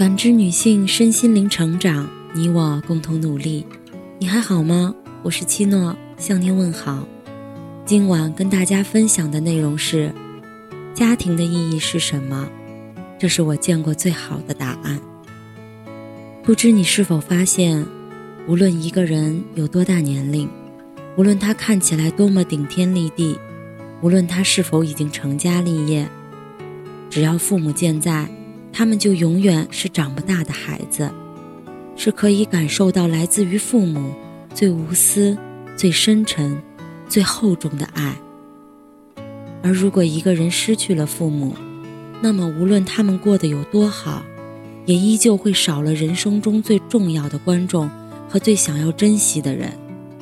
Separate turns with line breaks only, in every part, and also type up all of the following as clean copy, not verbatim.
感知女性身心灵成长，你我共同努力。你还好吗？我是七诺，向您问好。今晚跟大家分享的内容是：家庭的意义是什么？这是我见过最好的答案。不知你是否发现，无论一个人有多大年龄，无论他看起来多么顶天立地，无论他是否已经成家立业，只要父母健在，他们就永远是长不大的孩子，是可以感受到来自于父母最无私、最深沉、最厚重的爱。而如果一个人失去了父母，那么无论他们过得有多好，也依旧会少了人生中最重要的观众和最想要珍惜的人。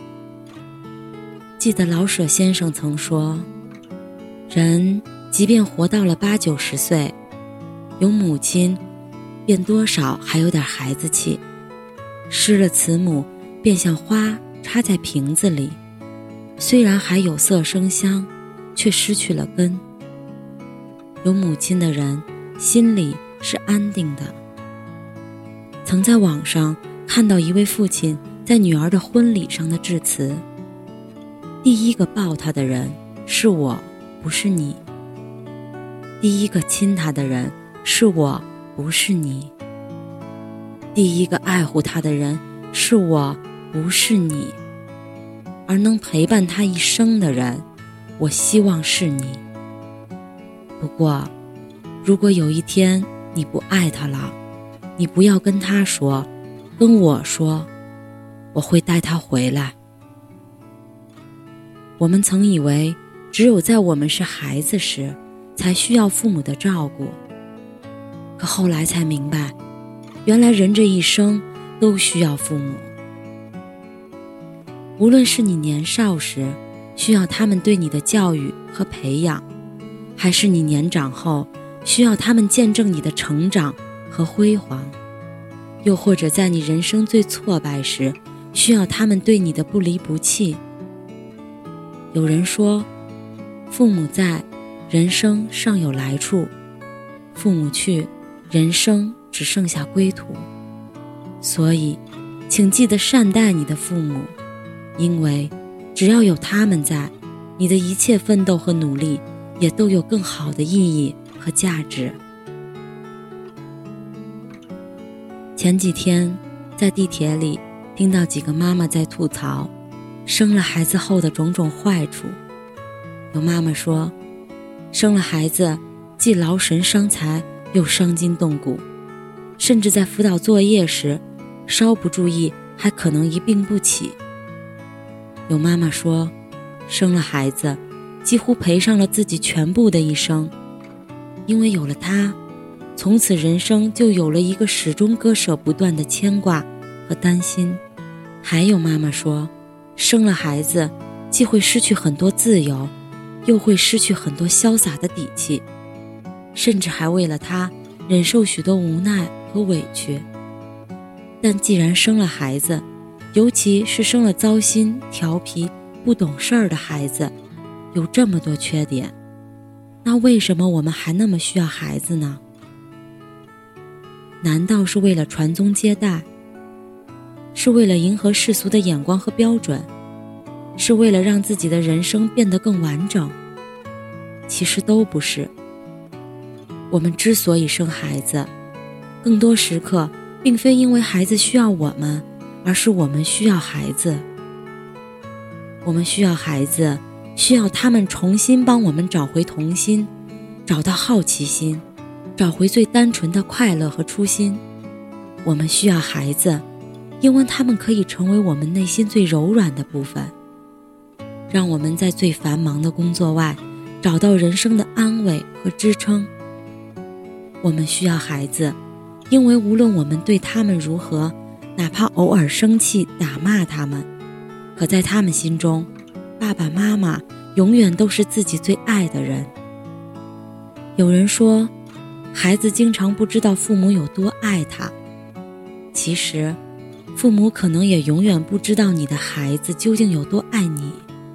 记得老舍先生曾说，人即便活到了80-90岁，有母亲便多少还有点孩子气，失了慈母便像花插在瓶子里，虽然还有色生香，却失去了根。有母亲的人心里是安定的。曾在网上看到一位父亲在女儿的婚礼上的致辞，第一个抱她的人是我，不是你；第一个亲她的人是我，不是你；第一个爱护她的人是我，不是你；而能陪伴她一生的人，我希望是你。不过，如果有一天你不爱他了，你不要跟他说，跟我说，我会带他回来。我们曾以为，只有在我们是孩子时，才需要父母的照顾。可后来才明白，原来人这一生都需要父母。无论是你年少时，需要他们对你的教育和培养，还是你年长后需要他们见证你的成长和辉煌，又或者在你人生最挫败时，需要他们对你的不离不弃。有人说，父母在，人生尚有来处；父母去，人生只剩下归途。所以，请记得善待你的父母，因为只要有他们在，你的一切奋斗和努力也都有更好的意义和价值。前几天在地铁里听到几个妈妈在吐槽生了孩子后的种种坏处。有妈妈说，生了孩子既劳神伤财又伤筋动骨，甚至在辅导作业时稍不注意还可能一病不起。有妈妈说，生了孩子几乎赔上了自己全部的一生，因为有了他，从此人生就有了一个始终割舍不断的牵挂和担心。还有妈妈说，生了孩子既会失去很多自由，又会失去很多潇洒的底气，甚至还为了他忍受许多无奈和委屈。但既然生了孩子，尤其是生了糟心、调皮、不懂事儿的孩子，有这么多缺点，那为什么我们还那么需要孩子呢？难道是为了传宗接代？是为了迎合世俗的眼光和标准？是为了让自己的人生变得更完整？其实都不是。我们之所以生孩子，更多时刻并非因为孩子需要我们，而是我们需要孩子。我们需要孩子，需要他们重新帮我们找回童心，找到好奇心，找回最单纯的快乐和初心。我们需要孩子，因为他们可以成为我们内心最柔软的部分，让我们在最繁忙的工作外找到人生的安慰和支撑。我们需要孩子，因为无论我们对他们如何，哪怕偶尔生气打骂他们，可在他们心中，爸爸妈妈永远都是自己最爱的人。有人说，孩子经常不知道父母有多爱他，其实父母可能也永远不知道你的孩子究竟有多爱你。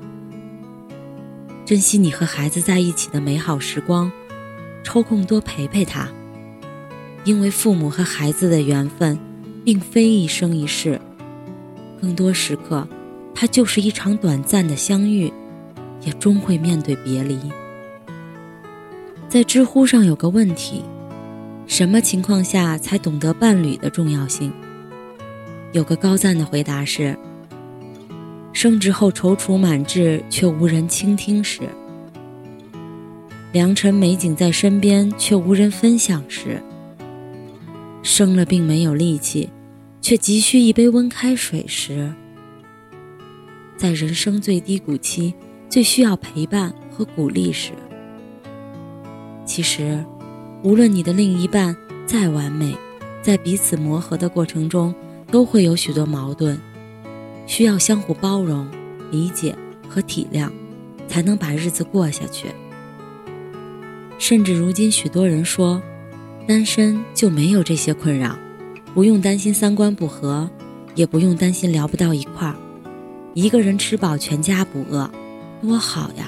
珍惜你和孩子在一起的美好时光，抽空多陪陪他， 因为父母和孩子的缘分并非一生一世，更多时刻它就是一场短暂的相遇，也终会面对别离。在知乎上有个问题，什么情况下才懂得伴侣的重要性？有个高赞的回答是，升职后踌躇满志却无人倾听时，良辰美景在身边却无人分享时，生了病没有力气却急需一杯温开水时，在人生最低谷期最需要陪伴和鼓励时。其实无论你的另一半再完美，在彼此磨合的过程中都会有许多矛盾，需要相互包容、理解和体谅，才能把日子过下去。甚至如今许多人说，单身就没有这些困扰，不用担心三观不合，也不用担心聊不到一块儿，一个人吃饱全家不饿，多好呀。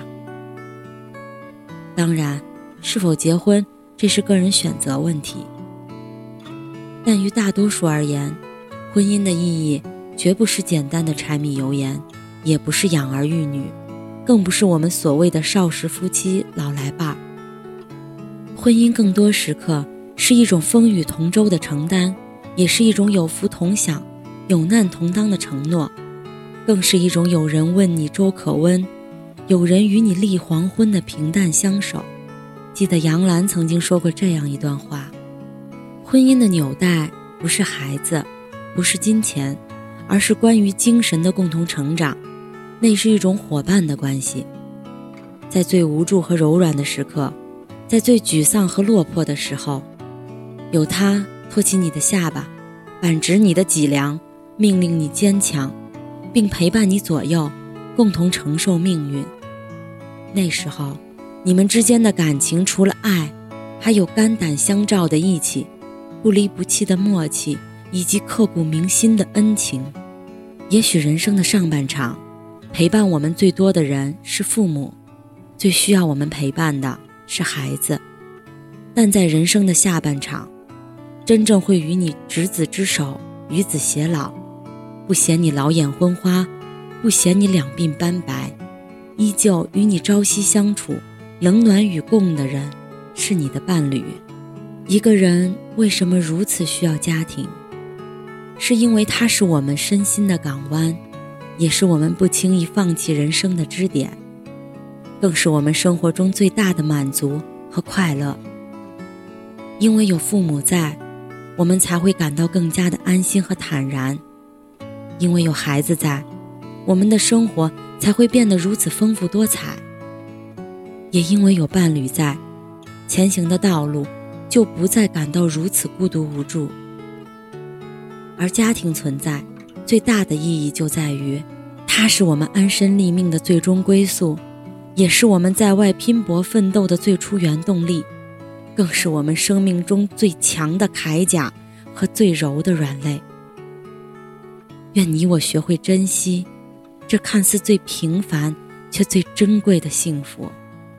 当然，是否结婚这是个人选择问题，但于大多数而言，婚姻的意义绝不是简单的柴米油盐，也不是养儿育女，更不是我们所谓的少时夫妻老来伴儿。婚姻更多时刻是一种风雨同舟的承担，也是一种有福同享、有难同当的承诺，更是一种有人问你粥可温，有人与你立黄昏的平淡相守。记得杨澜曾经说过这样一段话，婚姻的纽带不是孩子，不是金钱，而是关于精神的共同成长，那是一种伙伴的关系。在最无助和柔软的时刻，在最沮丧和落魄的时候，有他托起你的下巴，扳直你的脊梁，命令你坚强，并陪伴你左右，共同承受命运。那时候你们之间的感情除了爱，还有肝胆相照的义气，不离不弃的默契，以及刻骨铭心的恩情。也许人生的上半场，陪伴我们最多的人是父母，最需要我们陪伴的是孩子。但在人生的下半场，真正会与你执子之手，与子偕老，不嫌你老眼昏花，不嫌你两鬓斑白，依旧与你朝夕相处，冷暖与共的人，是你的伴侣。一个人为什么如此需要家庭？是因为它是我们身心的港湾，也是我们不轻易放弃人生的支点，更是我们生活中最大的满足和快乐。因为有父母在，我们才会感到更加的安心和坦然。因为有孩子在，我们的生活才会变得如此丰富多彩。也因为有伴侣在，前行的道路就不再感到如此孤独无助。而家庭存在最大的意义就在于，它是我们安身立命的最终归宿，也是我们在外拼搏奋斗的最初原动力，更是我们生命中最强的铠甲和最柔的软肋。愿你我学会珍惜这看似最平凡却最珍贵的幸福。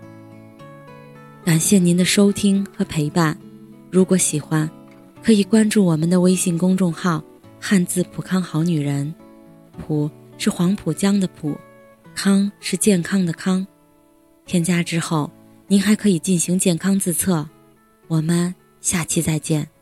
感谢您的收听和陪伴，如果喜欢，可以关注我们的微信公众号汉字浦康好女人，浦是黄浦江的浦，康是健康的康。添加之后，您还可以进行健康自测。我们下期再见。